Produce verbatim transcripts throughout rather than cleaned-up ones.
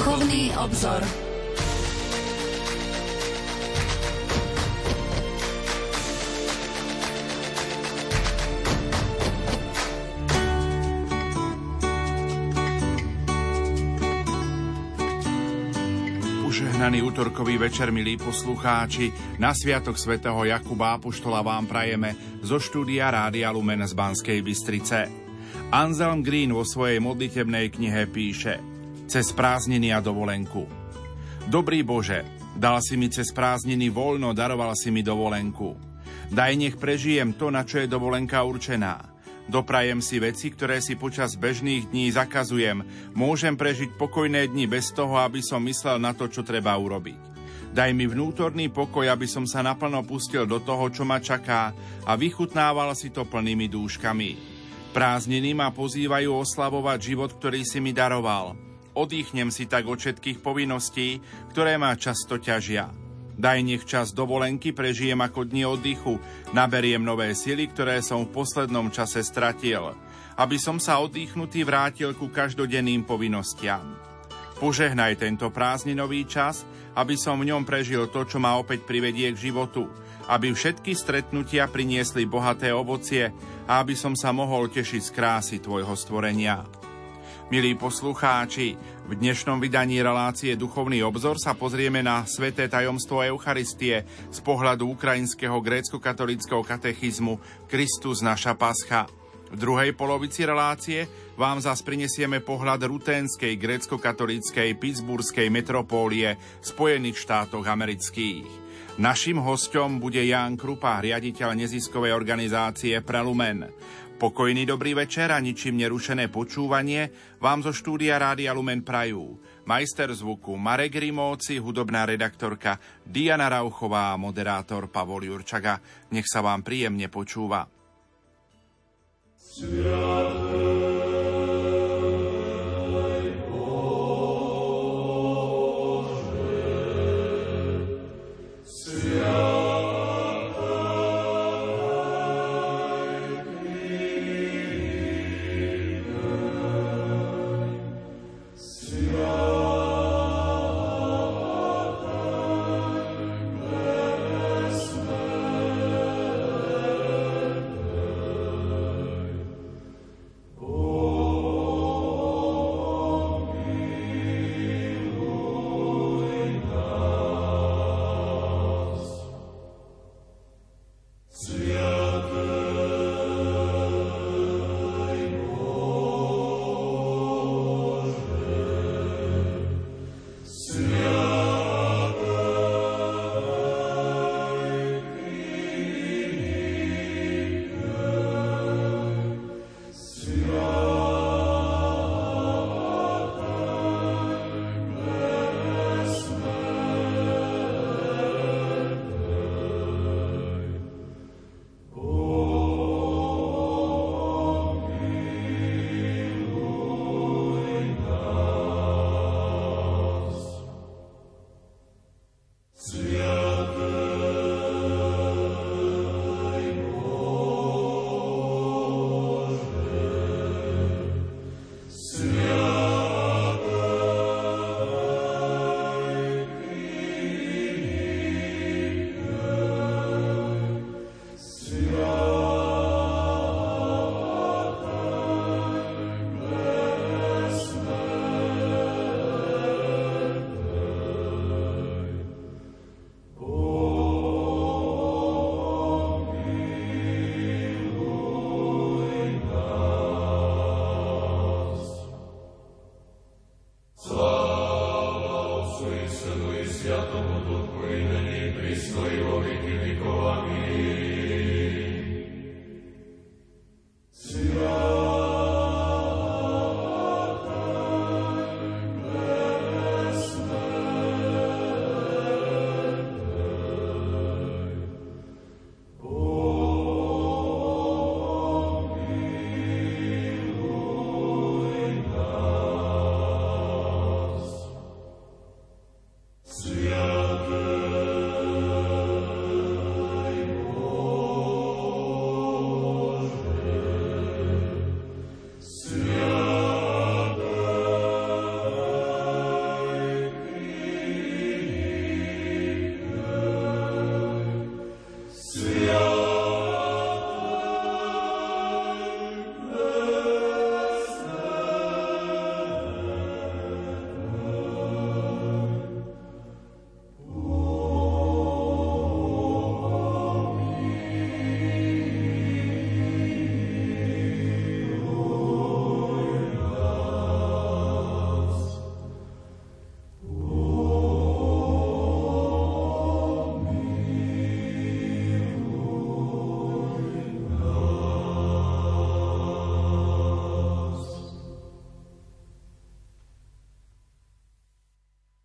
Duchovný obzor. Požehnaný utorkový večer, milí poslucháči. Na sviatok svätého Jakuba apoštola vám prajeme zo štúdia Rádia Lumen z Banskej Bystrice. Anselm Green vo svojej modlitebnej knihe píše: Cez prázdniny a dovolenku. Dobrý Bože, dal si mi cez prázdniny voľno, daroval si mi dovolenku. Daj, nech prežijem to, na čo je dovolenka určená. Doprajem si veci, ktoré si počas bežných dní zakazujem. Môžem prežiť pokojné dni bez toho, aby som myslel na to, čo treba urobiť. Daj mi vnútorný pokoj, aby som sa naplno pustil do toho, čo ma čaká, a vychutnával si to plnými dúškami. Prázdniny ma pozývajú oslavovať život, ktorý si mi daroval. Odýchnem si tak od všetkých povinností, ktoré ma často ťažia. Daj, nech čas dovolenky prežijem ako dni oddychu, naberiem nové sily, ktoré som v poslednom čase stratil, aby som sa oddychnutý vrátil ku každodenným povinnostiam. Požehnaj tento prázdninový čas, aby som v ňom prežil to, čo ma opäť privedie k životu, aby všetky stretnutia priniesli bohaté ovocie a aby som sa mohol tešiť z krásy tvojho stvorenia. Milí poslucháči, v dnešnom vydaní relácie Duchovný obzor sa pozrieme na sväté tajomstvo Eucharistie z pohľadu ukrajinského grécko-katolíckeho katechizmu Kristus naša pascha. V druhej polovici relácie vám zas prinesieme pohľad ruténskej grécko-katolíckej pittsburghskej metropólie v Spojených štátoch amerických. Naším hosťom bude Ján Krupa, riaditeľ neziskovej organizácie Prelumen. Pokojný dobrý večer a ničím nerušené počúvanie vám zo štúdia Rádia Lumen prajú majster zvuku Marek Rimóci, hudobná redaktorka Diana Rauchová a moderátor Pavol Jurčaga. Nech sa vám príjemne počúva.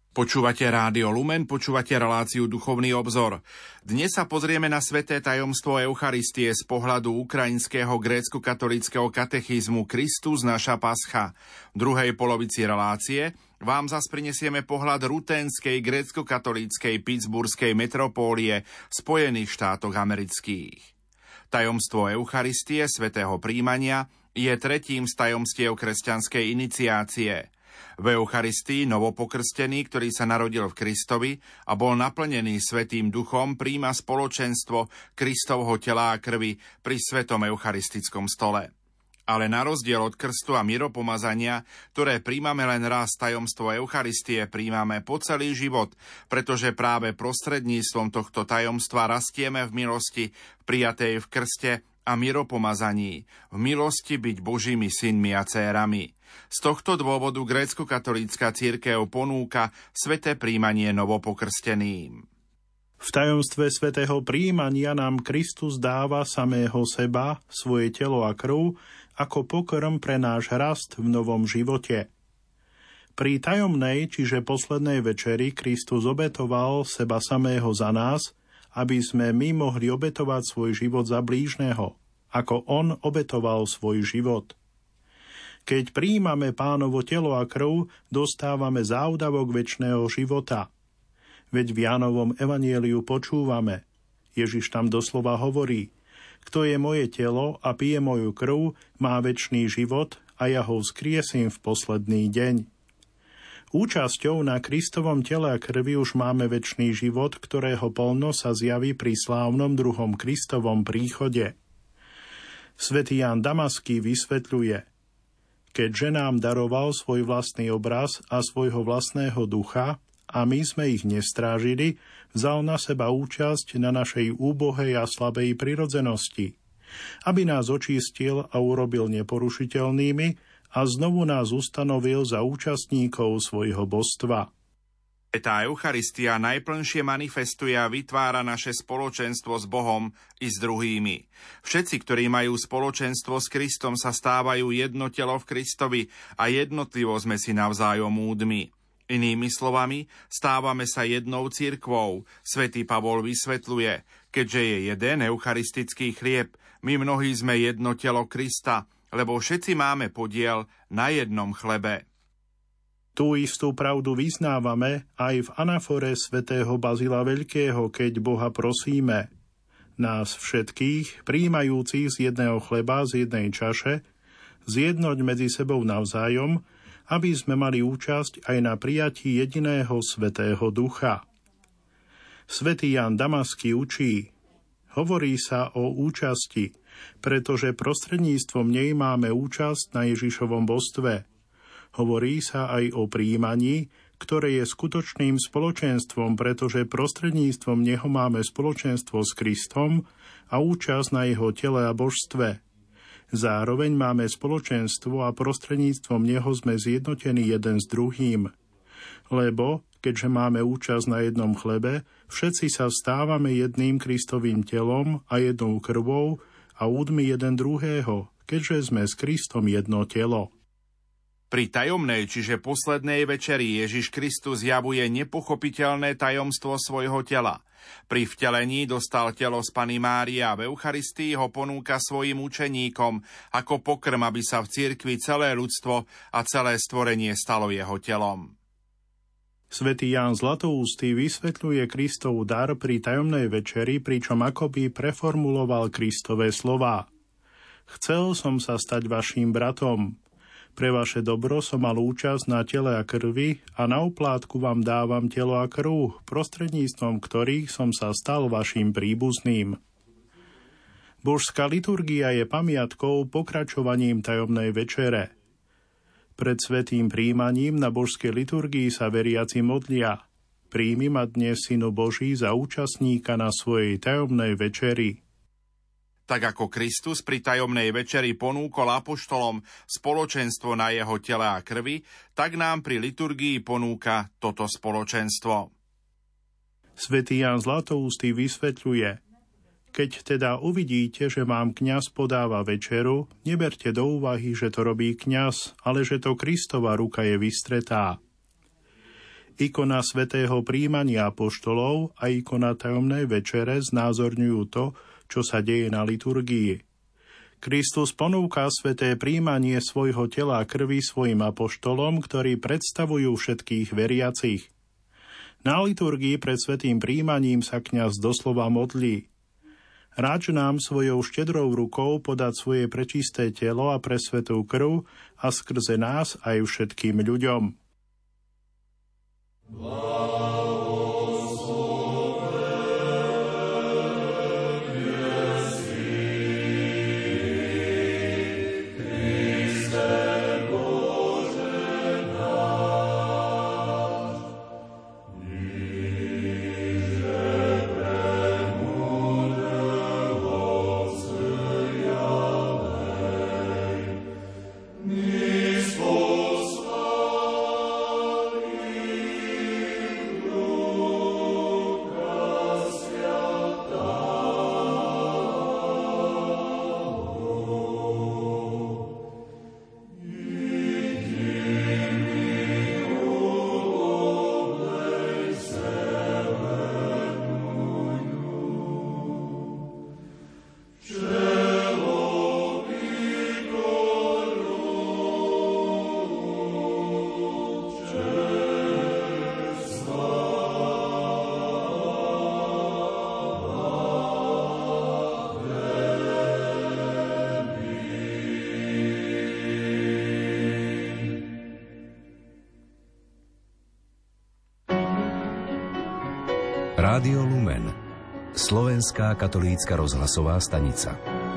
Počúvate Rádio Lumen, počúvate reláciu Duchovný obzor. Dnes sa pozrieme na sväté tajomstvo Eucharistie z pohľadu ukrajinského grécko-katolíckeho katechizmu Kristus naša pascha. V druhej polovici relácie vám zas prinesieme pohľad ruténskej grécko-katolíckej pittsburghskej metropólie v Spojených štátoch amerických. Tajomstvo Eucharistie svätého príjmania je tretím z tajomstiev kresťanskej iniciácie. V Eucharistii novopokrstený, ktorý sa narodil v Kristovi a bol naplnený Svätým Duchom, prijíma spoločenstvo Kristovho tela a krvi pri svetom eucharistickom stole. Ale na rozdiel od krstu a miropomazania, ktoré prijímame len raz, tajomstvo Eucharistie prijímame po celý život, pretože práve prostredníctvom tohto tajomstva rastieme v milosti prijatej v krste a miropomazaní, v milosti byť Božími synmi a dcérami. Z tohto dôvodu grécko-katolícka cirkev ponúka sväté príjmanie novopokrsteným. V tajomstve svätého príjmania nám Kristus dáva samého seba, svoje telo a krv, ako pokrm pre náš rast v novom živote. Pri tajomnej, čiže poslednej večeri, Kristus obetoval seba samého za nás, aby sme my mohli obetovať svoj život za blížneho, ako on obetoval svoj život. Keď prijímame Pánovo telo a krv, dostávame závdavok večného života. Veď v Jánovom evanjeliu počúvame. Ježiš tam doslova hovorí: Kto je moje telo a pije moju krv, má večný život a ja ho vzkriesím v posledný deň. Účasťou na Kristovom tele a krvi už máme večný život, ktorého plno sa zjaví pri slávnom druhom Kristovom príchode. Svätý Ján Damaský vysvetľuje: Keďže nám daroval svoj vlastný obraz a svojho vlastného ducha a my sme ich nestrážili, vzal na seba účasť na našej úbohej a slabej prirodzenosti, aby nás očistil a urobil neporušiteľnými a znovu nás ustanovil za účastníkov svojho božstva. Tá Eucharistia najplnšie manifestuje a vytvára naše spoločenstvo s Bohom i s druhými. Všetci, ktorí majú spoločenstvo s Kristom, sa stávajú jedno telo v Kristovi a jednotlivo sme si navzájom údmi. Inými slovami, stávame sa jednou cirkvou. Svätý Pavol vysvetľuje: keďže je jeden eucharistický chlieb, my mnohí sme jedno telo Krista, lebo všetci máme podiel na jednom chlebe. Tú istú pravdu vyznávame aj v anafore svätého Bazila Veľkého, keď Boha prosíme: nás všetkých, prijímajúcich z jedného chleba, z jednej čaše, zjednoť medzi sebou navzájom, aby sme mali účasť aj na prijatí jediného svätého Ducha. Svätý Ján Damaský učí: hovorí sa o účasti, pretože prostredníctvom nej máme účasť na Ježišovom božstve. Hovorí sa aj o prijímaní, ktoré je skutočným spoločenstvom, pretože prostredníctvom neho máme spoločenstvo s Kristom a účasť na jeho tele a božstve. Zároveň máme spoločenstvo a prostredníctvom neho sme zjednotení jeden s druhým. Lebo, keďže máme účasť na jednom chlebe, všetci sa stávame jedným Kristovým telom a jednou krvou a údmi jeden druhého, keďže sme s Kristom jedno telo. Pri tajomnej, čiže poslednej večeri Ježiš Kristus zjavuje nepochopiteľné tajomstvo svojho tela. Pri vtelení dostal telo z Panny Márie a v Eucharistii ho ponúka svojim učeníkom ako pokrm, aby sa v cirkvi celé ľudstvo a celé stvorenie stalo jeho telom. Svätý Ján Zlatoústy vysvetľuje Kristov dar pri tajomnej večeri, pričom akoby preformuloval Kristové slová: Chcel som sa stať vaším bratom. Pre vaše dobro som mal účasť na tele a krvi a na oplátku vám dávam telo a krv, prostredníctvom ktorých som sa stal vašim príbuzným. Božská liturgia je pamiatkou pokračovaním tajomnej večere. Pred svätým príjmaním na božskej liturgii sa veriaci modlia: Príjmi ma dnes, Synu Boží, za účastníka na svojej tajomnej večeri. Tak ako Kristus pri tajomnej večeri ponúkol apoštolom spoločenstvo na jeho tele a krvi, tak nám pri liturgii ponúka toto spoločenstvo. Svätý Ján Zlatoústy vysvetľuje: Keď teda uvidíte, že vám kňaz podáva večeru, neberte do úvahy, že to robí kňaz, ale že to Kristova ruka je vystretá. Ikona svätého prijímania apoštolov a ikona tajomnej večere znázorňujú to, čo sa deje na liturgii. Kristus ponúka sväté prijímanie svojho tela a krvi svojim apoštolom, ktorí predstavujú všetkých veriacich. Na liturgii pred svätým prijímaním sa kňaz doslova modlí: Ráč nám svojou štedrou rukou podať svoje prečisté telo a presvätú krv a skrze nás aj všetkým ľuďom. Rádio Lumen, slovenská katolícka rozhlasová stanica.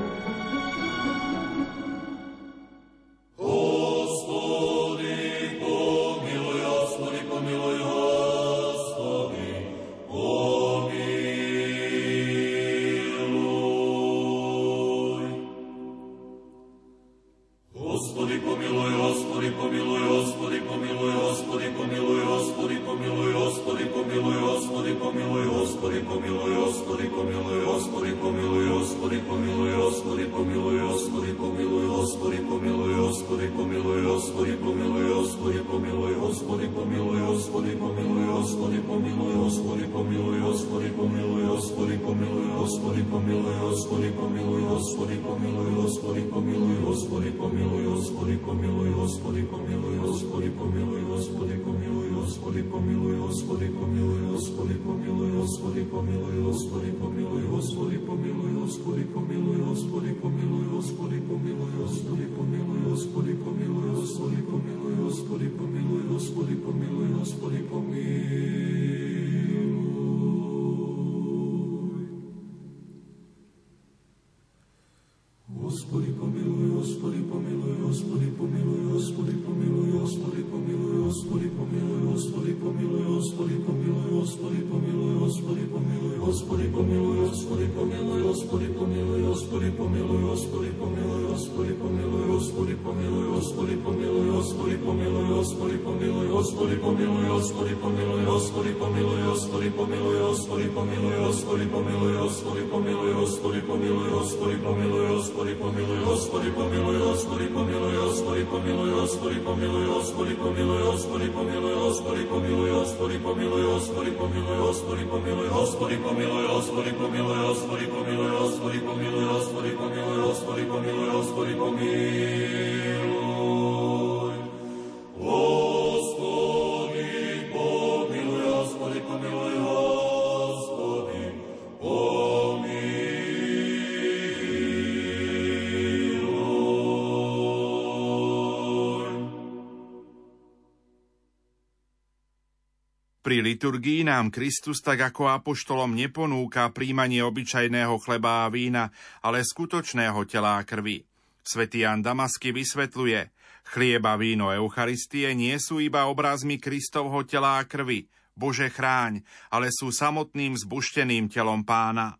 Pri liturgii nám Kristus tak ako apoštolom neponúka príjmanie obyčajného chleba a vína, ale skutočného tela a krvi. Svätý Ján Damasky vysvetľuje: chlieb a víno Eucharistie nie sú iba obrazmi Kristovho tela a krvi, Bože chráň, ale sú samotným zbušteným telom Pána.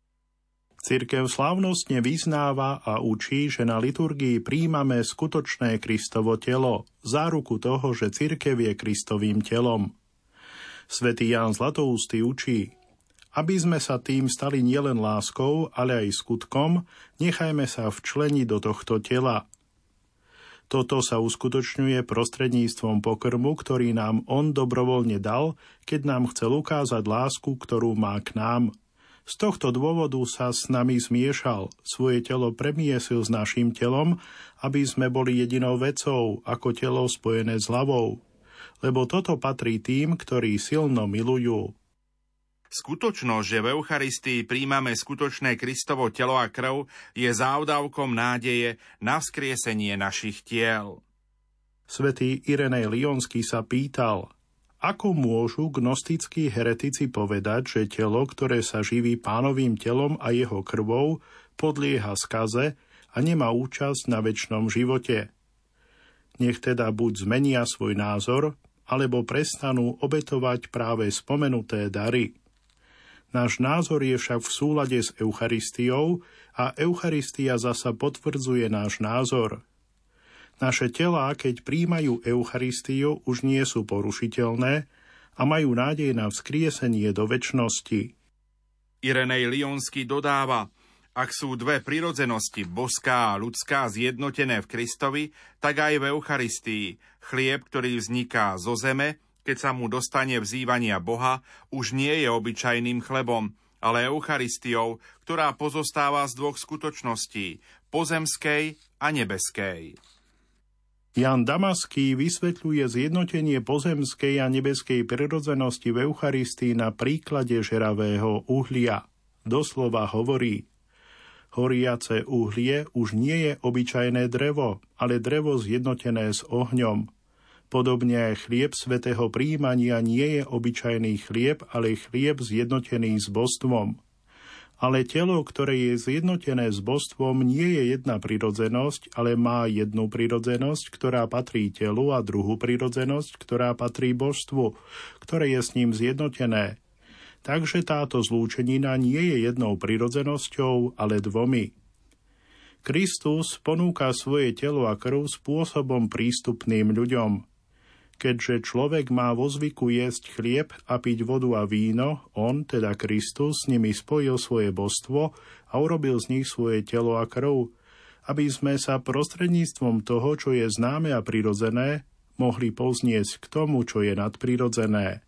Cirkev slávnostne vyznáva a učí, že na liturgii príjmame skutočné Kristovo telo, záruku toho, že cirkev je Kristovým telom. Svätý Ján Zlatoústy učí: aby sme sa tým stali nielen láskou, ale aj skutkom, nechajme sa včleniť do tohto tela. Toto sa uskutočňuje prostredníctvom pokrmu, ktorý nám on dobrovoľne dal, keď nám chcel ukázať lásku, ktorú má k nám. Z tohto dôvodu sa s nami zmiešal, svoje telo premiesil s našim telom, aby sme boli jedinou vecou, ako telo spojené s hlavou. Lebo toto patrí tým, ktorí silno milujú. Skutočnosť, že v Eucharistii príjmame skutočné Kristovo telo a krv, je závdavkom nádeje na vzkriesenie našich tiel. Svätý Irenej Lyonský sa pýtal, ako môžu gnostickí heretici povedať, že telo, ktoré sa živí Pánovým telom a jeho krvou, podlieha skaze a nemá účasť na večnom živote. Nech teda buď zmenia svoj názor, alebo prestanú obetovať práve spomenuté dary. Náš názor je však v súlade s Eucharistiou a Eucharistia zasa potvrdzuje náš názor. Naše telá, keď príjmajú Eucharistiu, už nie sú porušiteľné a majú nádej na vzkriesenie do večnosti. Irenej Lyonský dodáva, ak sú dve prirodzenosti, boská a ľudská, zjednotené v Kristovi, tak aj v Eucharistii. Chlieb, ktorý vzniká zo zeme, keď sa mu dostane vzývania Boha, už nie je obyčajným chlebom, ale Eucharistiou, ktorá pozostáva z dvoch skutočností, pozemskej a nebeskej. Ján Damaský vysvetľuje zjednotenie pozemskej a nebeskej prirodzenosti v Eucharistii na príklade žeravého uhlia. Doslova hovorí, horiace uhlie už nie je obyčajné drevo, ale drevo zjednotené s ohňom. Podobne aj chlieb svätého prijímania nie je obyčajný chlieb, ale chlieb zjednotený s božstvom. Ale telo, ktoré je zjednotené s božstvom, nie je jedna prirodzenosť, ale má jednu prirodzenosť, ktorá patrí telu, a druhú prirodzenosť, ktorá patrí božstvu, ktoré je s ním zjednotené. Takže táto zlúčenina nie je jednou prirodzenosťou, ale dvomi. Kristus ponúka svoje telo a krv spôsobom prístupným ľuďom. Keďže človek má vo zvyku jesť chlieb a piť vodu a víno, on, teda Kristus, s nimi spojil svoje božstvo a urobil z nich svoje telo a krv, aby sme sa prostredníctvom toho, čo je známe a prirodzené, mohli povzniesť k tomu, čo je nadprirodzené.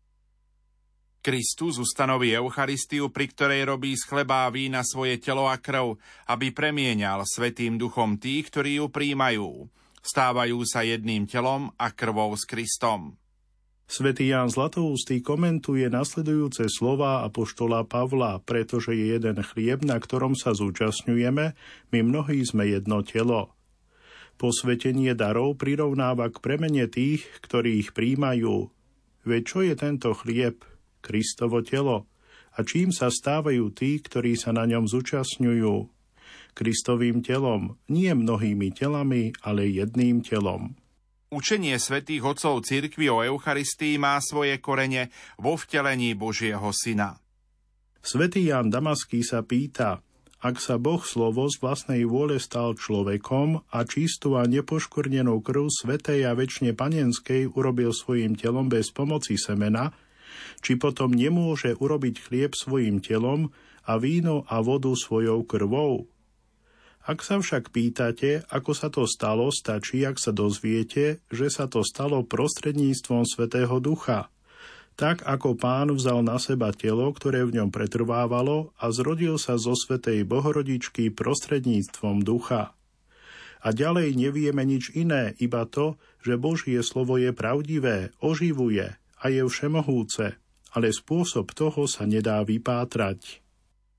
Kristus ustanoví Eucharistiu, pri ktorej robí z chleba a vína svoje telo a krv, aby premieňal Svätým Duchom tých, ktorí ju prijímajú. Stávajú sa jedným telom a krvou s Kristom. Svätý Ján Zlatoústy komentuje nasledujúce slová apoštola Pavla, pretože je jeden chlieb, na ktorom sa zúčastňujeme, my mnohí sme jedno telo. Posvetenie darov prirovnáva k premene tých, ktorí ich prijímajú. Veď čo je tento chlieb? Kristovo telo. A čím sa stávajú tí, ktorí sa na ňom zúčastňujú? Kristovým telom, nie mnohými telami, ale jedným telom. Učenie svätých otcov cirkvi o Eucharistii má svoje korene vo vtelení Božieho Syna. Svätý Ján Damaský sa pýta, ak sa Boh slovo z vlastnej vôle stal človekom a čistú a nepoškvrnenú krv svätej a večne panenskej urobil svojím telom bez pomoci semena, či potom nemôže urobiť chlieb svojím telom a víno a vodu svojou krvou? Ak sa však pýtate, ako sa to stalo, stačí, ak sa dozviete, že sa to stalo prostredníctvom Svätého Ducha. Tak ako Pán vzal na seba telo, ktoré v ňom pretrvávalo, a zrodil sa zo Svätej Bohorodičky prostredníctvom Ducha. A ďalej nevieme nič iné, iba to, že Božie slovo je pravdivé, oživuje a je všemohúce, ale spôsob toho sa nedá vypátrať.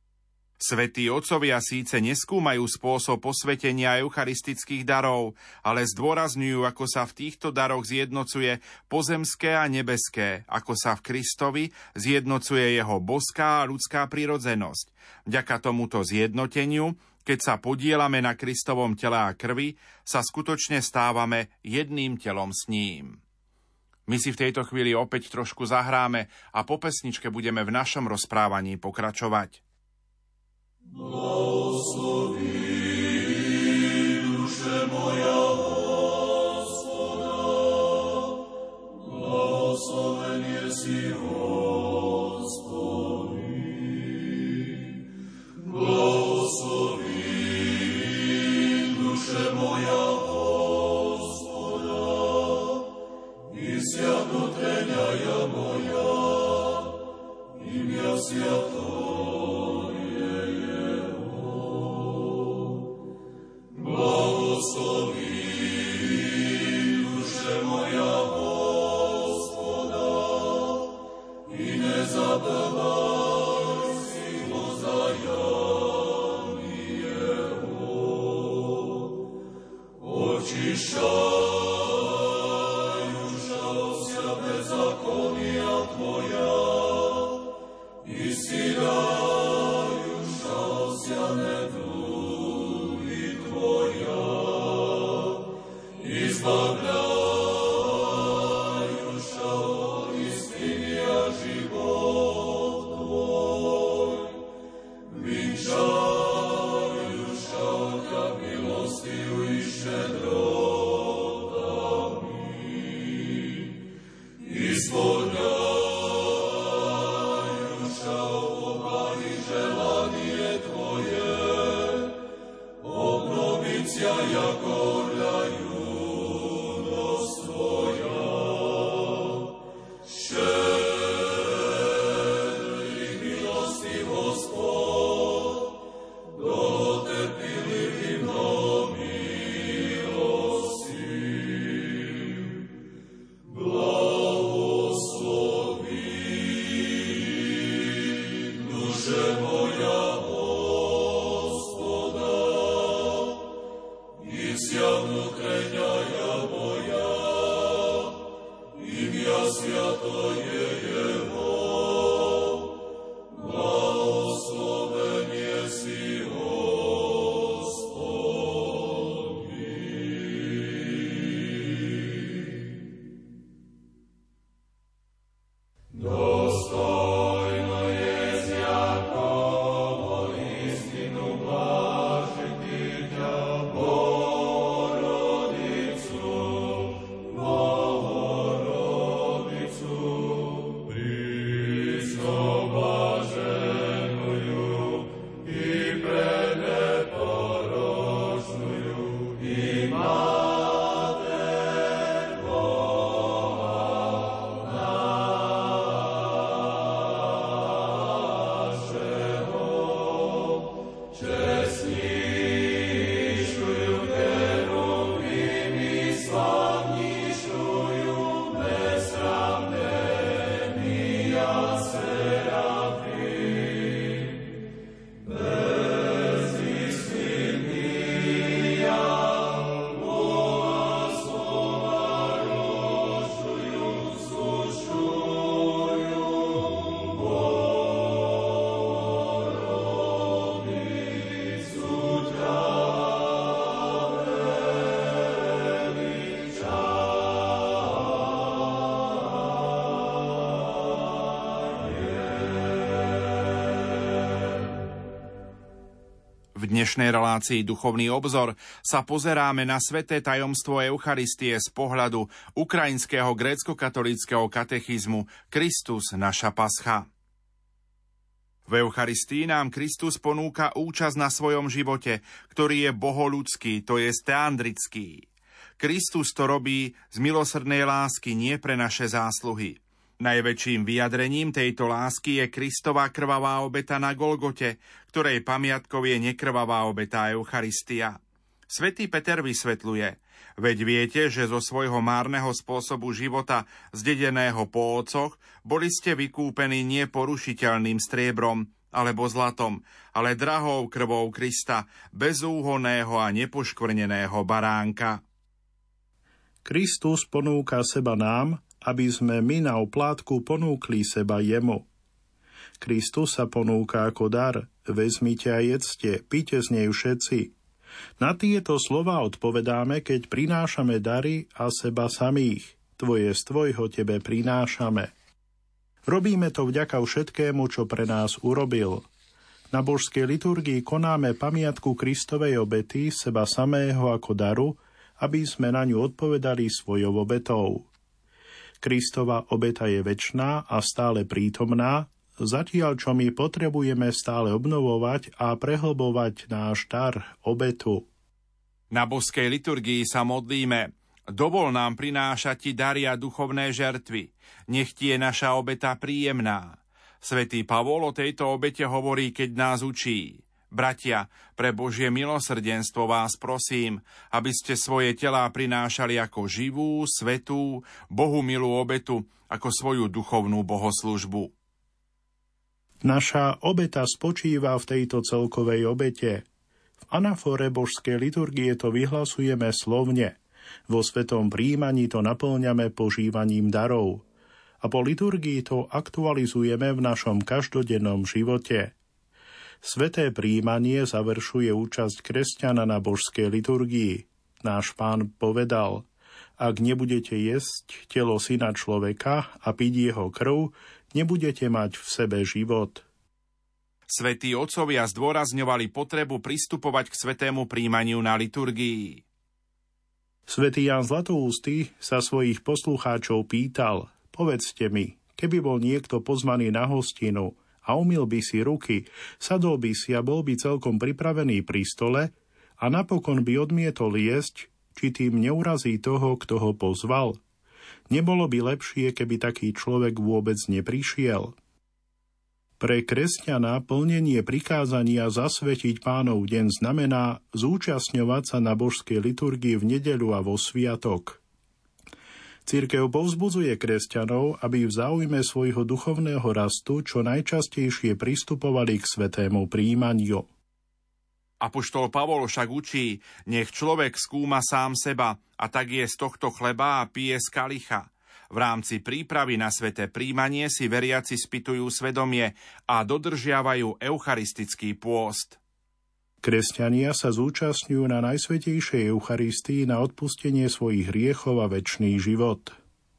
Svätí otcovia síce neskúmajú spôsob posvetenia eucharistických darov, ale zdôrazňujú, ako sa v týchto daroch zjednocuje pozemské a nebeské, ako sa v Kristovi zjednocuje jeho boská a ľudská prirodzenosť. Vďaka tomuto zjednoteniu, keď sa podielame na Kristovom tele a krvi, sa skutočne stávame jedným telom s ním. My si v tejto chvíli opäť trošku zahráme a po pesničke budeme v našom rozprávaní pokračovať. Blahosloví duše moja Hospoda, blahosloven jesi Hospodin. Blahosloví duše moja Hospoda, V dnešnej relácii Duchovný obzor sa pozeráme na sväté tajomstvo Eucharistie z pohľadu ukrajinského grécko-katolíckeho katechizmu Kristus, naša pascha. V Eucharistii nám Kristus ponúka účasť na svojom živote, ktorý je bohoľudský, to je teandrický. Kristus to robí z milosrdnej lásky, nie pre naše zásluhy. Najväčším vyjadrením tejto lásky je Kristova krvavá obeta na Golgote, ktorej pamiatkou je nekrvavá obeta Eucharistia. Svätý Peter vysvetľuje: veď viete, že zo svojho márneho spôsobu života, zdedeného po otcoch, boli ste vykúpení nie porušiteľným striebrom alebo zlatom, ale drahou krvou Krista, bezúhonného a nepoškvrneného baránka. Kristus ponúka seba nám, aby sme my na oplátku ponúkli seba jemu. Kristus sa ponúka ako dar, vezmite a jedzte, pite z nej všetci. Na tieto slova odpovedáme, keď prinášame dary a seba samých. Tvoje z tvojho tebe prinášame. Robíme to vďaka všetkému, čo pre nás urobil. Na božskej liturgii konáme pamiatku Kristovej obety, seba samého ako daru, aby sme na ňu odpovedali svojou obetou. Kristova obeta je večná a stále prítomná, zatiaľ čo my potrebujeme stále obnovovať a prehlbovať náš dar, obetu. Na božskej liturgii sa modlíme: dovol nám prinášať ti dary a duchovné žertvy, nech ti je naša obeta príjemná. Svätý Pavol o tejto obete hovorí, keď nás učí: Bratia, pre Božie milosrdenstvo vás prosím, aby ste svoje telá prinášali ako živú, svätú, Bohu milú obetu, ako svoju duchovnú bohoslužbu. Naša obeta spočíva v tejto celkovej obete. V anafore božskej liturgie to vyhlasujeme slovne. Vo svetom prijímaní to naplňame požívaním darov. A po liturgii to aktualizujeme v našom každodennom živote. Sveté prijímanie završuje účasť kresťana na božskej liturgii. Náš Pán povedal: ak nebudete jesť telo syna človeka a piť jeho krv, nebudete mať v sebe život. Svätí otcovia zdôrazňovali potrebu pristupovať k svätému prijímaniu na liturgii. Svätý Ján Zlatoústy sa svojich poslucháčov pýtal: povedzte mi, keby bol niekto pozvaný na hostinu a umyl by si ruky, sadol by si a bol by celkom pripravený pri stole a napokon by odmietol jesť, či tým neurazí toho, kto ho pozval? Nebolo by lepšie, keby taký človek vôbec neprišiel? Pre kresťana plnenie prikázania zasvetiť Pánov deň znamená zúčastňovať sa na božskej liturgii v nedeľu a vo sviatok. Cirkev povzbudzuje kresťanov, aby v záujme svojho duchovného rastu čo najčastejšie pristupovali k svätému prijímaniu. Apoštol Pavol však učí, nech človek skúma sám seba a tak je z tohto chleba a pije z kalicha. V rámci prípravy na sväté prijímanie si veriaci spytujú svedomie a dodržiavajú eucharistický pôst. Kresťania sa zúčastňujú na najsvätejšej Eucharistii na odpustenie svojich hriechov a večný život.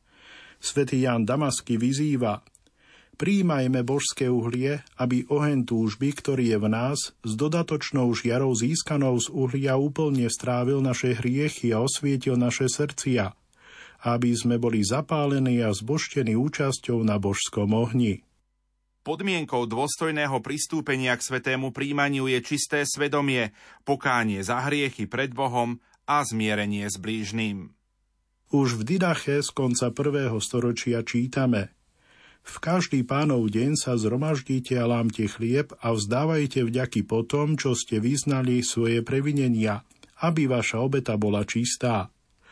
Svätý Ján Damasky vyzýva: prijímajme božské uhlie, aby oheň túžby, ktorý je v nás, s dodatočnou žiarou získanou z uhlia úplne strávil naše hriechy a osvietil naše srdcia, aby sme boli zapálení a zbožtení účasťou na božskom ohni. Podmienkou dôstojného pristúpenia k svätému prijímaniu je čisté svedomie, pokánie za hriechy pred Bohom a zmierenie s blížnym. Už v Didache z konca prvého storočia čítame: v každý Pánov deň sa zhromaždíte a lámte chlieb a vzdávajte vďaky po tom, čo ste vyznali svoje previnenia, aby vaša obeta bola čistá.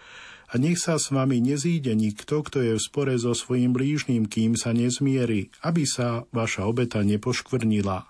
A nech sa s vami nezíde nikto, kto je v spore so svojím blížnym, kým sa nezmierí, aby sa vaša obeta nepoškvrnila.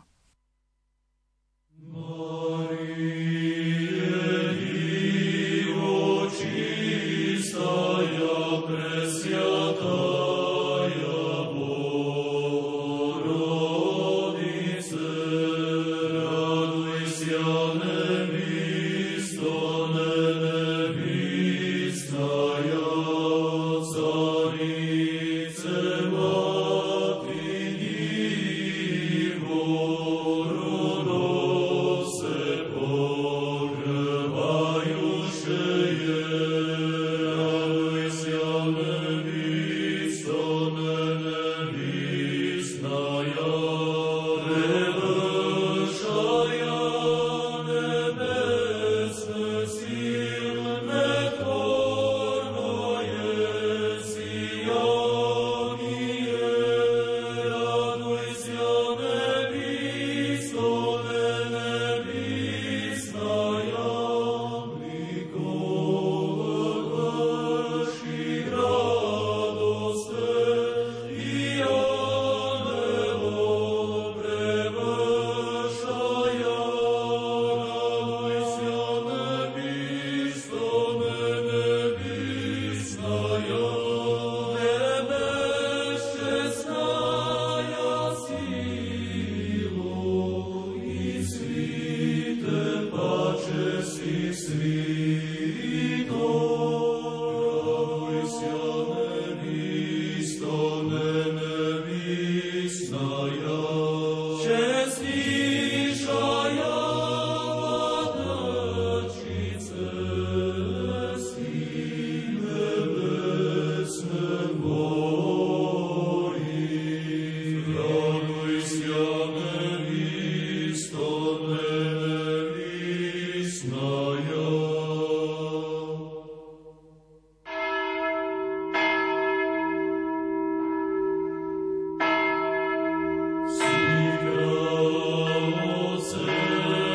Siga,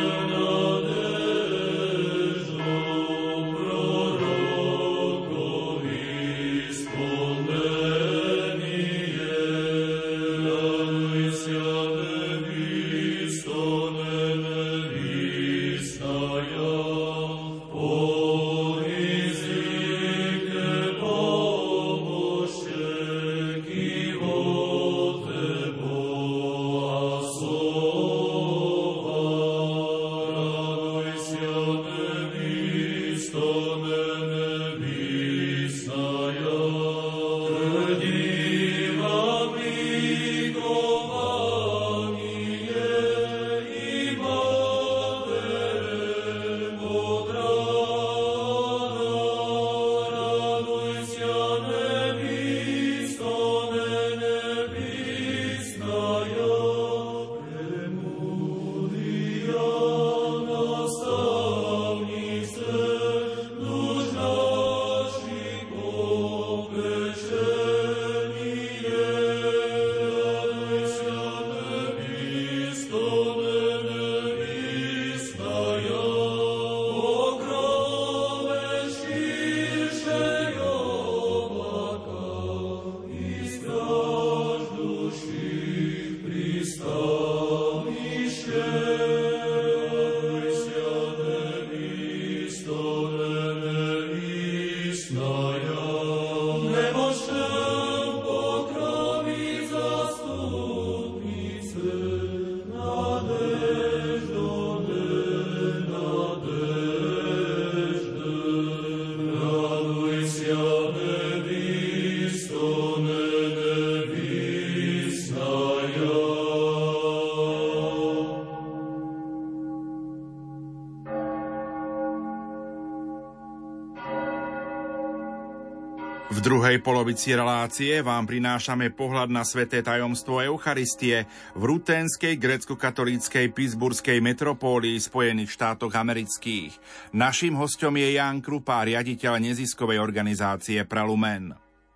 V druhej polovici relácie vám prinášame pohľad na sväté tajomstvo Eucharistie v ruténskej grécko-katolíckej Pittsburghskej metropólii Spojených štátoch amerických. Naším hostom je Ján Krupa, riaditeľ neziskovej organizácie Pralumen.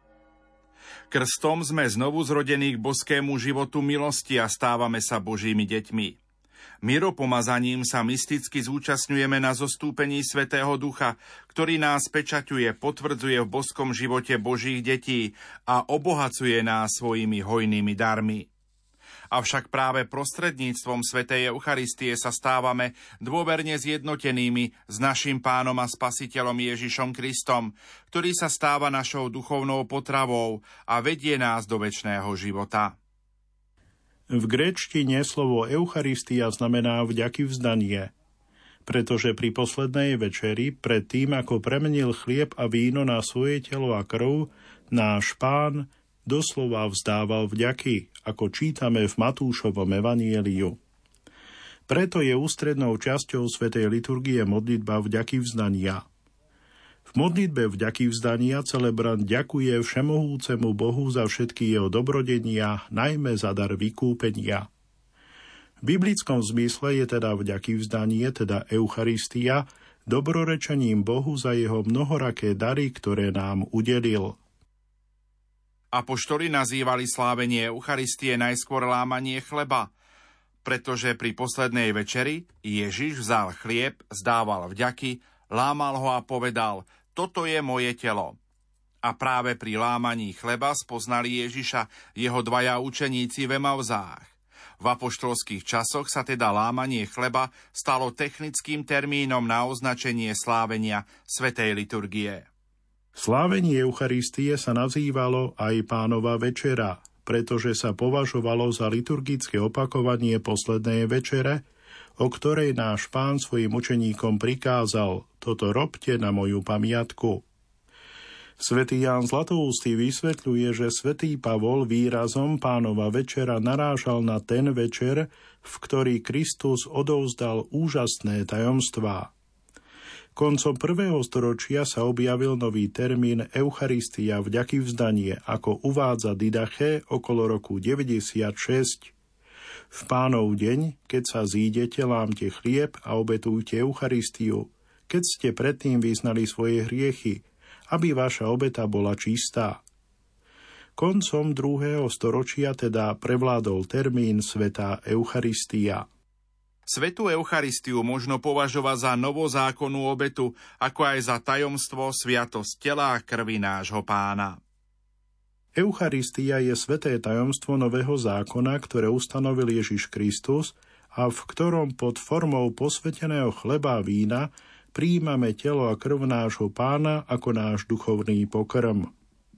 Krstom sme znovu zrodení k boskému životu milosti a stávame sa Božími deťmi. Miropomazaním sa mysticky zúčastňujeme na zostúpení Svätého Ducha, ktorý nás pečaťuje, potvrdzuje v boskom živote Božích detí a obohacuje nás svojimi hojnými darmi. Avšak práve prostredníctvom Svätej Eucharistie sa stávame dôverne zjednotenými s našim Pánom a Spasiteľom Ježišom Kristom, ktorý sa stáva našou duchovnou potravou a vedie nás do večného života. V gréčtine slovo Eucharistia znamená vďaky vzdanie, pretože pri poslednej večeri, pred tým, ako premenil chlieb a víno na svoje telo a krv, náš Pán doslova vzdával vďaky, ako čítame v Matúšovom evanjeliu. Preto je ústrednou časťou svätej liturgie modlitba vďaky vzdania. V modlitbe vďaky vzdania celebrant ďakuje všemohúcemu Bohu za všetky jeho dobrodenia, najmä za dar vykúpenia. V biblickom zmysle je teda vďaky vzdanie, teda Eucharistia, dobrorečením Bohu za jeho mnohoraké dary, ktoré nám udelil. Apoštoli nazývali slávenie Eucharistie najskôr lámanie chleba, pretože pri poslednej večeri Ježiš vzal chlieb, zdával vďaky, lámal ho a povedal: toto je moje telo. A práve pri lámaní chleba spoznali Ježiša jeho dvaja učeníci v Emauzách. V apoštolských časoch sa teda lámanie chleba stalo technickým termínom na označenie slávenia svätej liturgie. Slávenie Eucharistie sa nazývalo aj Pánova večera, pretože sa považovalo za liturgické opakovanie poslednej večere, o ktorej náš Pán svojim učeníkom prikázal: toto robte na moju pamiatku. Svätý Ján Zlatoústy vysvetľuje, že svätý Pavol výrazom Pánova večera narážal na ten večer, v ktorý Kristus odovzdal úžasné tajomstvá. Koncom prvého storočia sa objavil nový termín Eucharistia vďaky vzdanie, ako uvádza Didaché okolo roku deväťdesiatšesť. V Pánov deň, keď sa zídete, lámte chlieb a obetujte Eucharistiu, keď ste predtým vyznali svoje hriechy, aby vaša obeta bola čistá. Koncom druhého storočia teda prevládol termín svätá Eucharistia. Svätú Eucharistiu možno považovať za novozákonnú obetu, ako aj za tajomstvo sviatosť tela a krvi nášho Pána. Eucharistia je sväté tajomstvo nového zákona, ktoré ustanovil Ježiš Kristus a v ktorom pod formou posväteného chleba a vína prijímame telo a krv nášho Pána ako náš duchovný pokrm.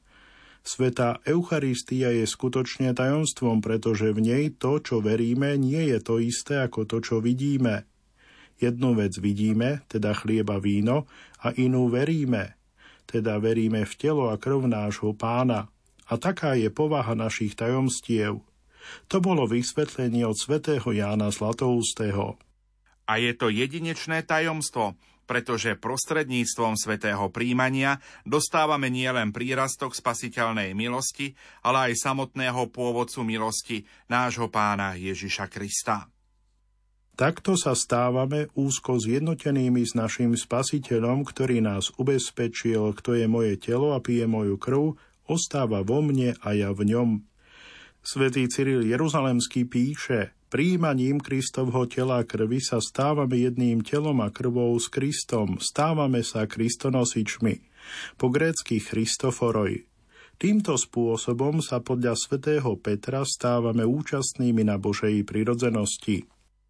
Svätá Eucharistia je skutočne tajomstvom, pretože v nej to, čo veríme, nie je to isté ako to, čo vidíme. Jednu vec vidíme, teda chlieb a víno, a inú veríme, teda veríme v telo a krv nášho Pána. A taká je povaha našich tajomstiev. To bolo vysvetlenie od svätého Jána Zlatoústeho. A je to jedinečné tajomstvo, pretože prostredníctvom svätého príjmania dostávame nielen prírastok spasiteľnej milosti, ale aj samotného pôvodcu milosti, nášho Pána Ježiša Krista. Takto sa stávame úzko zjednotenými s naším Spasiteľom, ktorý nás ubezpečil: kto je moje telo a pije moju krv, ostáva vo mne a ja v ňom. Svätý Cyril Jeruzalemský píše: prijímaním Kristovho tela a krvi sa stávame jedným telom a krvou s Kristom, stávame sa kristonosičmi, po grécky Christoforoi. Týmto spôsobom sa podľa svätého Petra stávame účastnými na Božej prirodzenosti.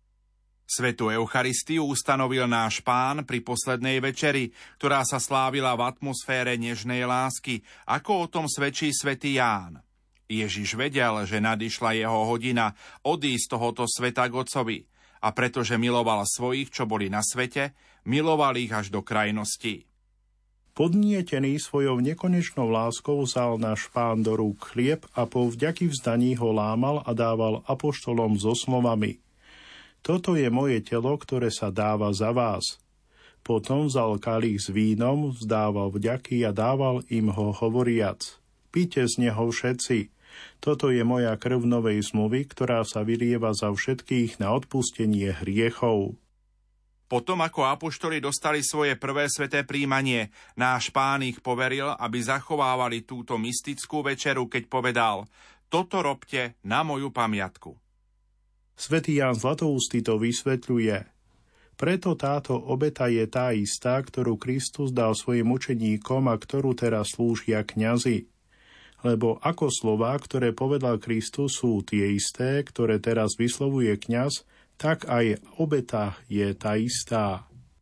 Svätú Eucharistiu ustanovil náš Pán pri poslednej večeri, ktorá sa slávila v atmosfére nežnej lásky, ako o tom svedčí svätý Ján. Ježiš vedel, že nadišla jeho hodina odísť z tohoto sveta k Otcovi, a pretože miloval svojich, čo boli na svete, miloval ich až do krajnosti. Podnietený svojou nekonečnou láskou vzal náš Pán do rúk chlieb a po vďaky vzdaní ho lámal a dával apoštolom so slovami: toto je moje telo, ktoré sa dáva za vás. Potom vzal kalich s vínom, vzdával vďaky a dával im ho hovoriac: Píte z neho všetci, toto je moja krv novej zmluvy, ktorá sa vylieva za všetkých na odpustenie hriechov. Potom, ako apoštoli dostali svoje prvé sväté príjmanie, náš Pán ich poveril, aby zachovávali túto mystickú večeru, keď povedal: Toto robte na moju pamiatku. Svätý Ján Zlatoústy to vysvetľuje. Preto táto obeta je tá istá, ktorú Kristus dal svojim učeníkom a ktorú teraz slúžia kňazi. Lebo ako slová, ktoré povedal Kristus, sú tie isté, ktoré teraz vyslovuje kňaz, tak aj obeta je tá istá.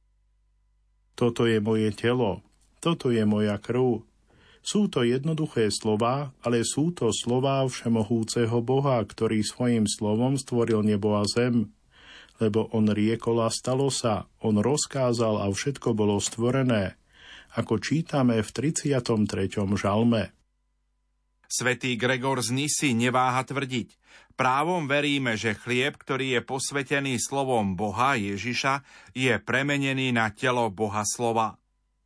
Toto je moje telo, toto je moja krv. Sú to jednoduché slová, ale sú to slová všemohúceho Boha, ktorý svojim slovom stvoril nebo a zem. Lebo on riekol a stalo sa, on rozkázal a všetko bolo stvorené, ako čítame v tridsiatom treťom žalme. Svätý Gregor z Nysy neváha tvrdiť: právom veríme, že chlieb, ktorý je posvetený slovom Boha Ježiša, je premenený na telo Boha slova.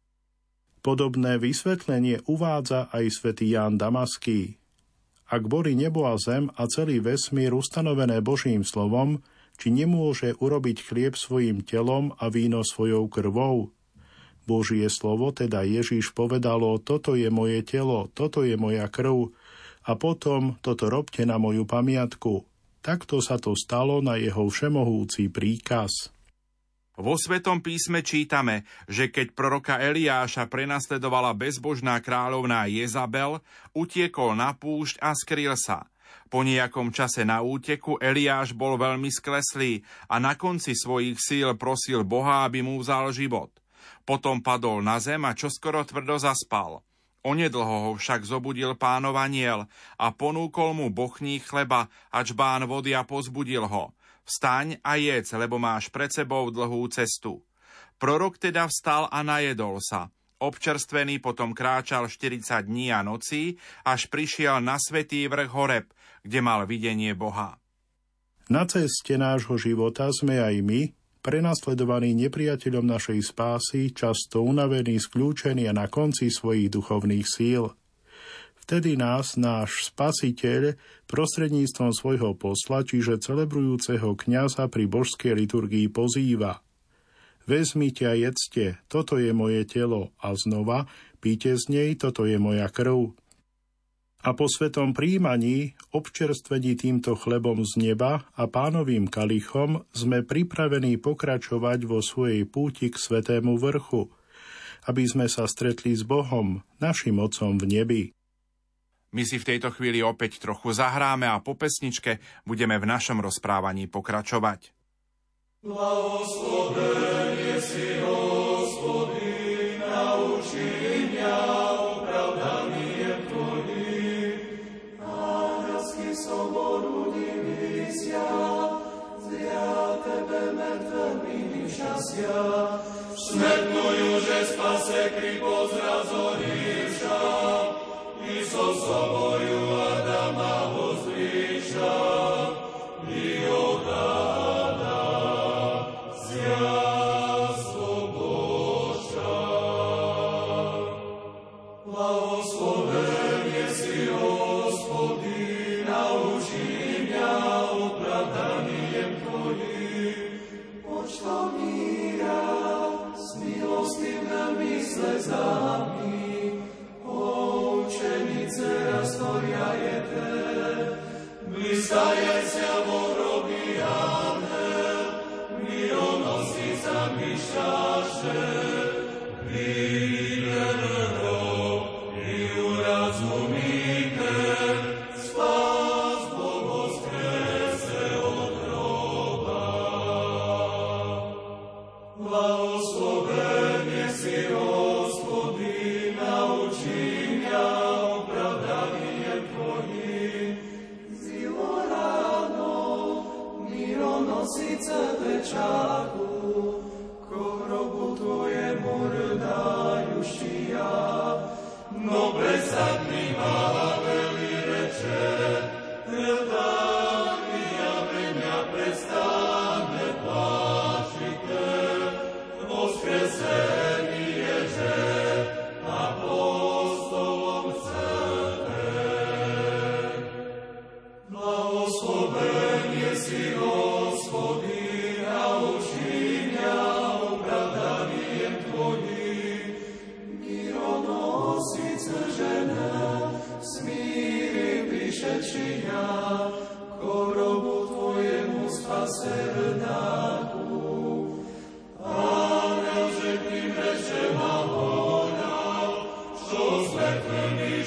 Podobné vysvetlenie uvádza aj svätý Ján Damaský. Ak boli nebo a zem a celý vesmír ustanovené Božím slovom, či nemôže urobiť chlieb svojim telom a víno svojou krvou? Božie slovo, teda Ježiš, povedalo: toto je moje telo, toto je moja krv, a potom: toto robte na moju pamiatku. Takto sa to stalo na jeho všemohúci príkaz. Vo Svetom písme čítame, že keď proroka Eliáša prenasledovala bezbožná kráľovná Jezabel, utiekol na púšť a skryl sa. Po nejakom čase na úteku Eliáš bol veľmi skleslý a na konci svojich síl prosil Boha, aby mu vzal život. Potom padol na zem a čoskoro tvrdo zaspal. Onedlho ho však zobudil Pánov anjel a ponúkol mu bochní chleba a čbán vody a pozbudil ho: Vstaň a jedz, lebo máš pred sebou dlhú cestu. Prorok teda vstal a najedol sa. Občerstvený potom kráčal štyridsať dní a nocí, až prišiel na svätý vrch Horeb, kde mal videnie Boha. Na ceste nášho života sme aj my, prenasledovaní nepriateľom našej spásy, často unavení, skľúčení a na konci svojich duchovných síl. Vtedy nás náš Spasiteľ prostredníctvom svojho posla, čiže celebrujúceho kňaza pri božskej liturgii, pozýva: Vezmite a jedzte, toto je moje telo, a znova: píte z nej, toto je moja krv. A po svetom príjmaní, občerstvení týmto chlebom z neba a Pánovým kalichom, sme pripravení pokračovať vo svojej púti k svätému vrchu, aby sme sa stretli s Bohom, našim Otcom v nebi. My si v tejto chvíli opäť trochu zahráme a po pesničke budeme v našom rozprávaní pokračovať. Blahoslovenie si, Hospodin, nauči mňa opravdaniem Tvojim. Anielsky soboru divísia, zja Tebe mŕtvými šťastia. Smetnujú, že spase kri pozrazorivša, i so soboju Adama vozdviša, i odada zja sloboša. Blahoslovenie si, Hospodin, nauči mňa opravdaniem Tvojim. Počtom míra s milostivnými slezami, poučenice rastoria jete, blistajecia vo hrobi anel, mironosica myšaše, príden hrob i urazumíte, spás Boh vzkrese od hroba. Blahoslovenie si, Hospodin,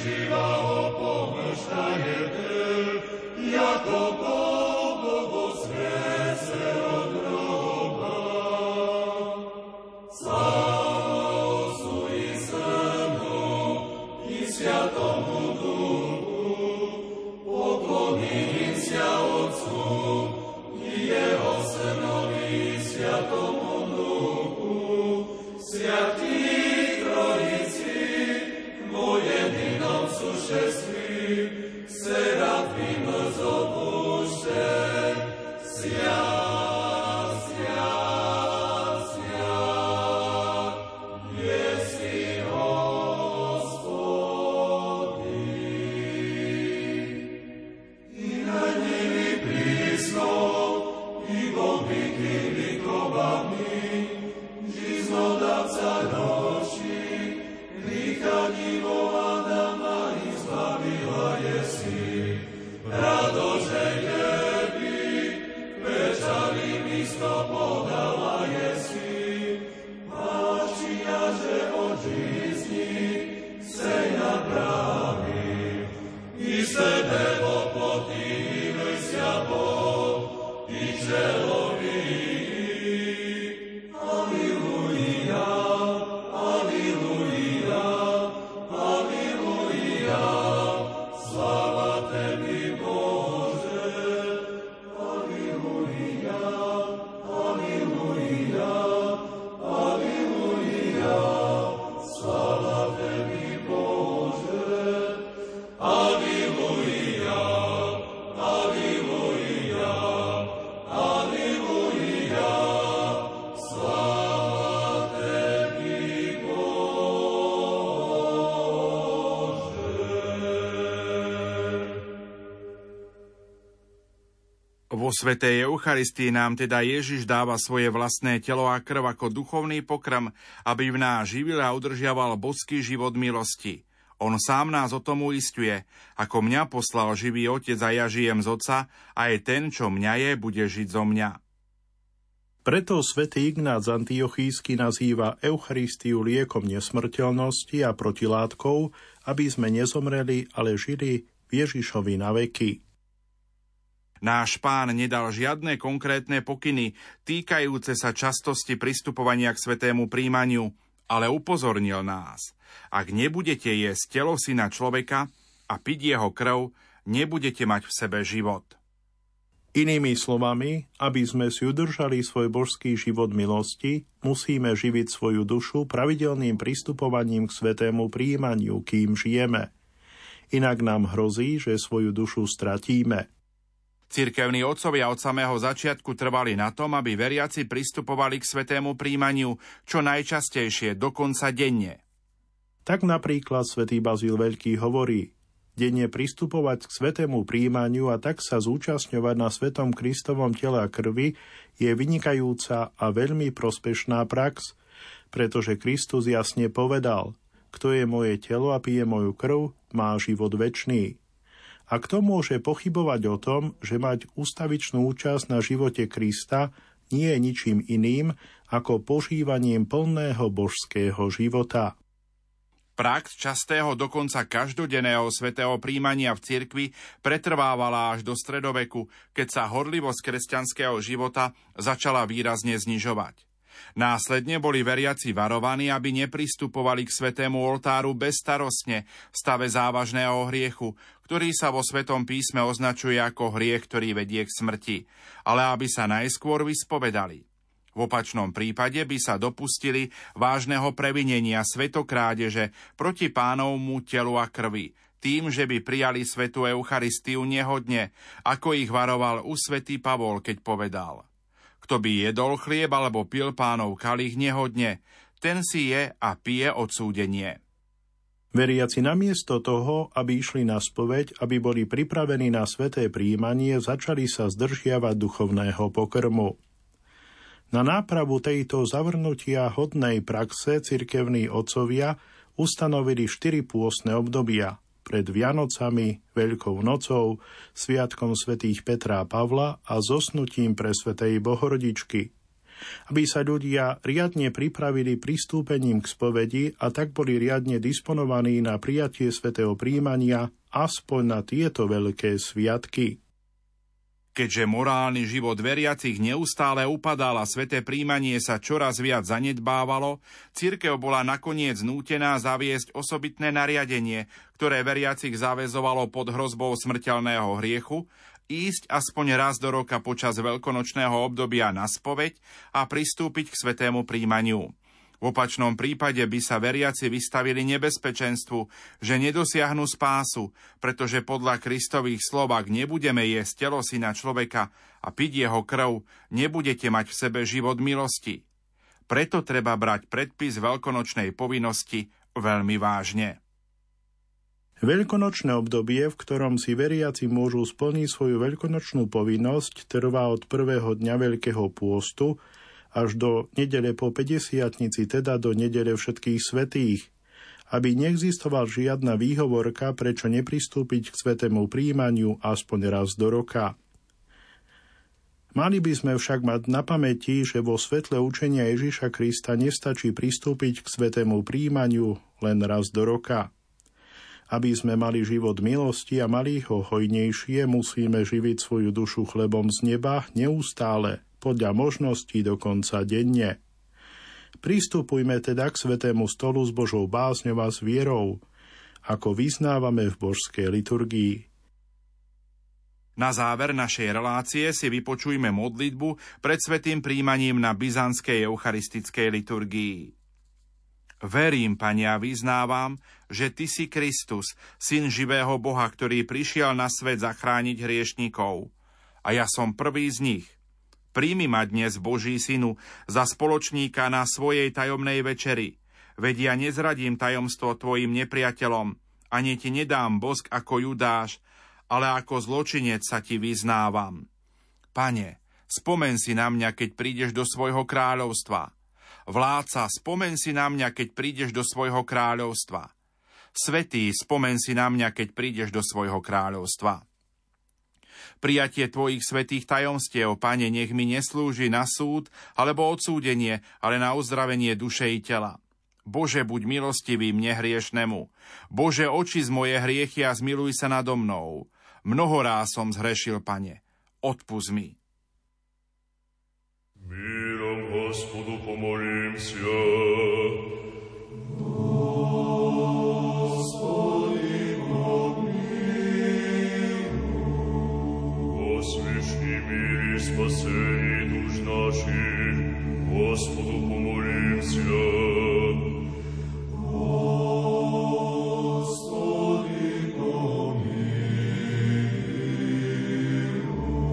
Vo svätej Eucharistii nám teda Ježiš dáva svoje vlastné telo a krv ako duchovný pokrm, aby v nás živil a udržiaval božský život milosti. On sám nás o tom uisťuje, ako mňa poslal živý Otec a ja žijem z Otca, a aj ten, čo mňa je, bude žiť zo mňa. Preto svätý Ignác Antiochísky nazýva Eucharistiu liekom nesmrteľnosti a protilátkou, aby sme nezomreli, ale žili v Ježišovi na veky. Náš Pán nedal žiadne konkrétne pokyny týkajúce sa častosti pristupovania k svätému prijímaniu, ale upozornil nás. Ak nebudete jesť telo Syna človeka a piť jeho krv, nebudete mať v sebe život. Inými slovami, aby sme si udržali svoj božský život milosti, musíme živiť svoju dušu pravidelným pristupovaním k svätému prijímaniu, kým žijeme. Inak nám hrozí, že svoju dušu stratíme. Cirkevní otcovia od samého začiatku trvali na tom, aby veriaci pristupovali k svätému prijímaniu čo najčastejšie, dokonca denne. Tak napríklad svätý Bazíl Veľký hovorí: denne pristupovať k svätému prijímaniu a tak sa zúčastňovať na svätom Kristovom tele a krvi je vynikajúca a veľmi prospešná prax, pretože Kristus jasne povedal: kto je moje telo a pije moju krv, má život večný. A kto môže pochybovať o tom, že mať ustavičnú účasť na živote Krista nie je ničím iným ako požívaním plného božského života. Prax častého, dokonca každodenného svätého prijímania v cirkvi pretrvávala až do stredoveku, keď sa horlivosť kresťanského života začala výrazne znižovať. Následne boli veriaci varovaní, aby nepristupovali k svätému oltáru bezstarostne v stave závažného hriechu, ktorý sa vo Svätom písme označuje ako hriech, ktorý vedie k smrti, ale aby sa najskôr vyspovedali. V opačnom prípade by sa dopustili vážneho previnenia svätokrádeže proti Pánovmu telu a krvi, tým, že by prijali svätú Eucharistiu nehodne, ako ich varoval u svätý Pavol, keď povedal: kto by jedol chlieb alebo pil Pánov kalich nehodne, ten si je a pije odsúdenie. Veriaci namiesto toho, aby išli na spoveď, aby boli pripravení na sväté prijímanie, začali sa zdržiavať duchovného pokrmu. Na nápravu tejto zavrnutia hodnej praxe cirkevní otcovia ustanovili štyri pôstne obdobia: pred Vianocami, Veľkou nocou, Sviatkom svätých Petra a Pavla a zosnutím presvätej Bohorodičky. aby sa ľudia riadne pripravili pristúpením k spovedi a tak boli riadne disponovaní na prijatie svätého prijímania aspoň na tieto veľké sviatky. Keďže morálny život veriacich neustále upadal a sväté prijímanie sa čoraz viac zanedbávalo, cirkev bola nakoniec nútená zaviesť osobitné nariadenie, ktoré veriacich zaväzovalo pod hrozbou smrteľného hriechu, ísť aspoň raz do roka počas veľkonočného obdobia na spoveď a pristúpiť k svätému prijímaniu. V opačnom prípade by sa veriaci vystavili nebezpečenstvu, že nedosiahnu spásu, pretože podľa Kristových slov, ak nebudeme jesť telo syna človeka a piť jeho krv, nebudete mať v sebe život milosti. Preto treba brať predpis veľkonočnej povinnosti veľmi vážne. Veľkonočné obdobie, v ktorom si veriaci môžu splniť svoju veľkonočnú povinnosť, trvá od prvého dňa Veľkého pôstu až do nedele po päťdesiatnici, teda do nedele všetkých svätých, aby neexistoval žiadna výhovorka, prečo nepristúpiť k svätému prijímaniu aspoň raz do roka. Mali by sme však mať na pamäti, že vo svetle učenia Ježiša Krista nestačí pristúpiť k svätému prijímaniu len raz do roka. Aby sme mali život milosti a mali ho hojnejšie, musíme živiť svoju dušu chlebom z neba neustále, podľa možností dokonca denne. Pristupujme teda k svätému stolu s Božou bázňou a s vierou, ako vyznávame v božskej liturgii. Na záver našej relácie si vypočujme modlitbu pred svätým prijímaním na byzantskej eucharistickej liturgii. Verím, Pane, a vyznávam, že Ty si Kristus, Syn živého Boha, ktorý prišiel na svet zachrániť hriešnikov. A ja som prvý z nich. Príjmi ma dnes, Boží Synu, za spoločníka na svojej tajomnej večeri. Veď ja nezradím tajomstvo Tvojim nepriateľom, ani Ti nedám bosk ako Judáš, ale ako zločinec sa Ti vyznávam. Pane, spomen si na mňa, keď prídeš do svojho kráľovstva. Vládca, spomen si na mňa, keď prídeš do svojho kráľovstva. Svätý, spomen si na mňa, keď prídeš do svojho kráľovstva. Prijatie Tvojich svätých tajomstiev, Pane, nech mi neslúži na súd alebo odsúdenie, ale na uzdravenie duše i tela. Bože, buď milostivý mne hriešnemu. Bože, oči z moje hriechy a zmiluj sa nado mnou. Mnoho ráz som zhrešil, Pane. Odpusť mi. Mírom Господу помолимся. Спасение душ наших, Господу помолимся. Господи, помилуй.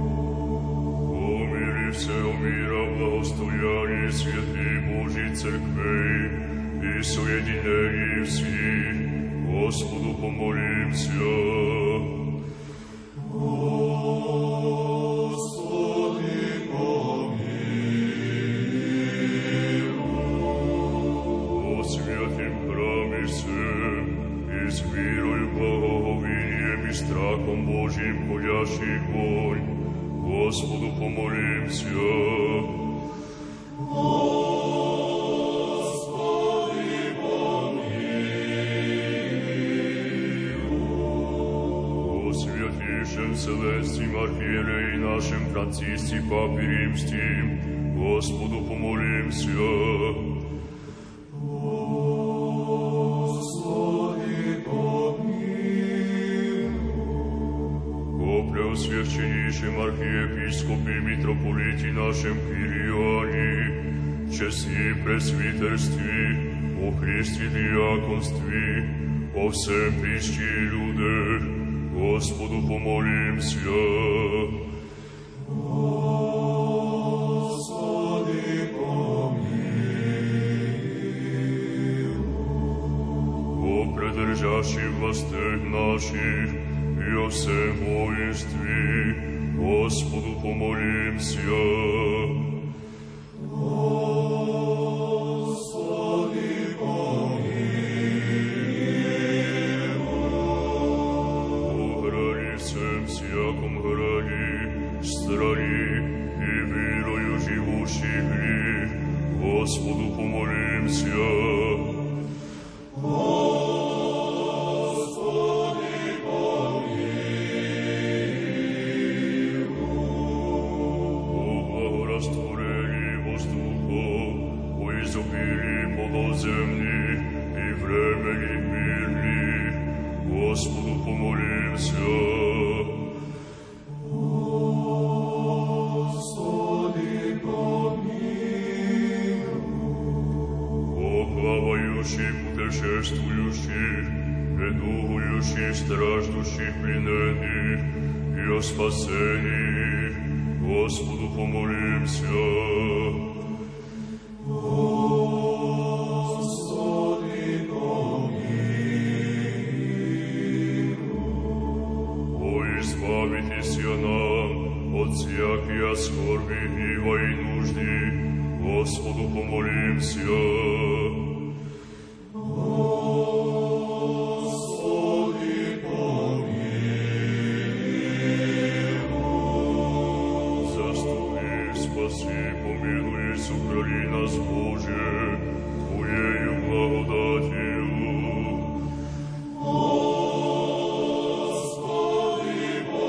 О мире всего мира, благостоянии святей Божьей Церквей и соединении всех, Господу помолимся. Страхом Божьим ходящий вонь, Господу помолимся. Господи, помилуй. О святейшем Вселенским архиерее нашем Франциске Папе Римским, Господу помолимся. Преосвященнейшем архиепископе митрополите нашем Кириане, чести пресвитерстве, о Христе диаконстве, о всем причте людях, Господу помолимся. Господи, помилуй. О предержащих властях наших, и о всем воинстве, Господу помолимся. Господи, помилуй. О грани всем всяком грани, стране и мирою живущих путешествующих, недугующих, страждущих, плененных и о спасении Господу помолимся. Господи, помилуй. О, избавитеся нам от всякой скорби, гнева и нужды, Господу помолимся. Господи, помилуй. Заступи, спаси, помилуй, сохрани нас, Боже, Твоею благодатью. Господи,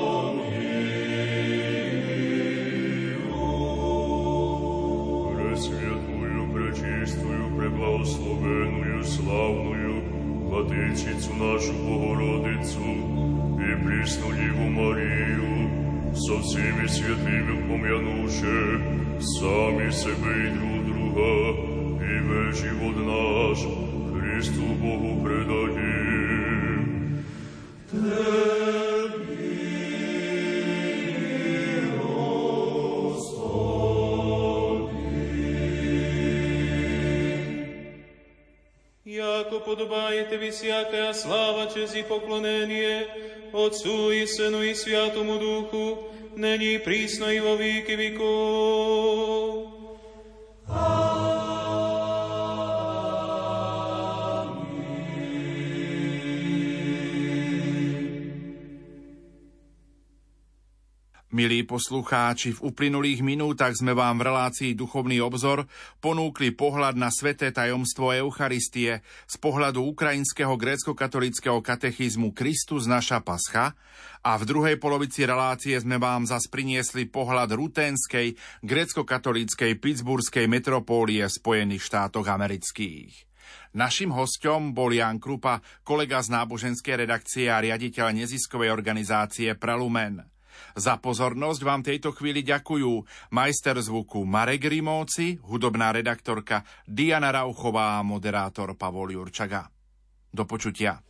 помилуй. Пресвятую, пречистую, преблагословенную, славную Владычицу нашу Богородицу и пресну Деву Марию, со всеми святыми помянувши сами себе и друг друга, и весь живот наш Христу Богу предадим. Яко подобает ви всякая слава, честь и поклонение Отцу и Сыну и Святому Духу, ныне и присно и во веки веков. Milí poslucháči, v uplynulých minútach sme vám v relácii Duchovný obzor ponúkli pohľad na sväté tajomstvo Eucharistie z pohľadu ukrajinského grécko-katolického katechizmu Kristus naša pascha a v druhej polovici relácie sme vám zas priniesli pohľad ruténskej grécko-katolíckej pittsburghskej metropólie v Spojených štátoch amerických. Naším hosťom bol Ján Krupa, kolega z náboženskej redakcie a riaditeľ neziskovej organizácie Pralumen. Za pozornosť vám tejto chvíli ďakujú majster zvuku Marek Rimóci, hudobná redaktorka Diana Rauchová a moderátor Pavol Jurčaga. Do počutia.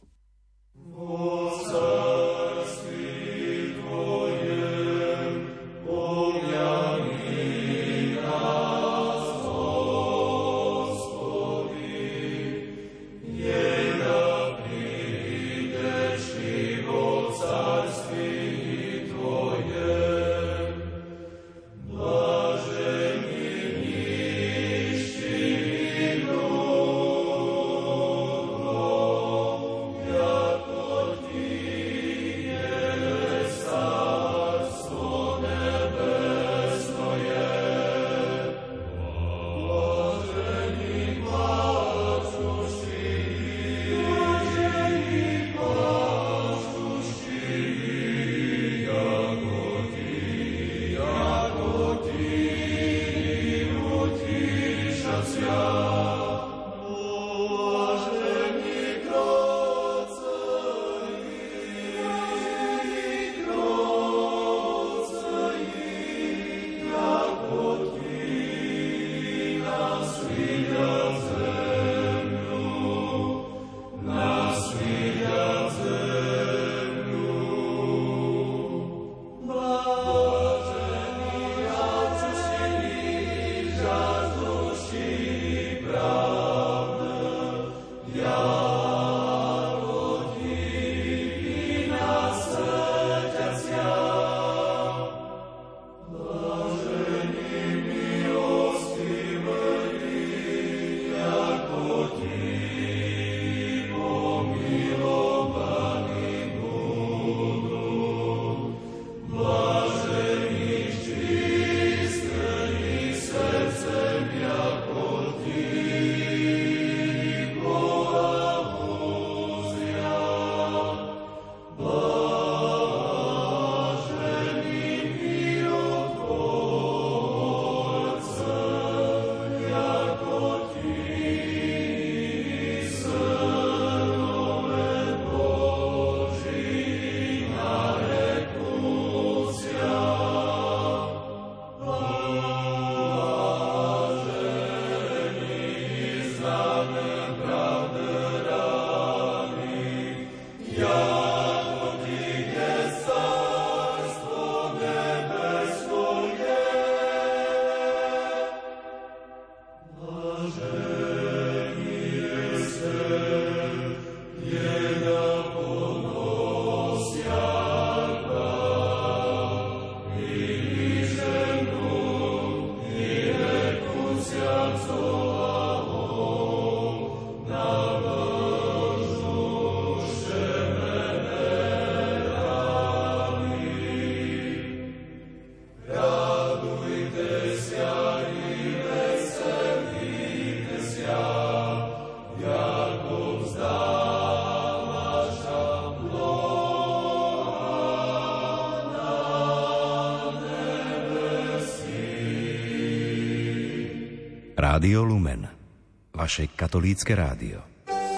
Rádio Lumen, vaše katolícke rádio.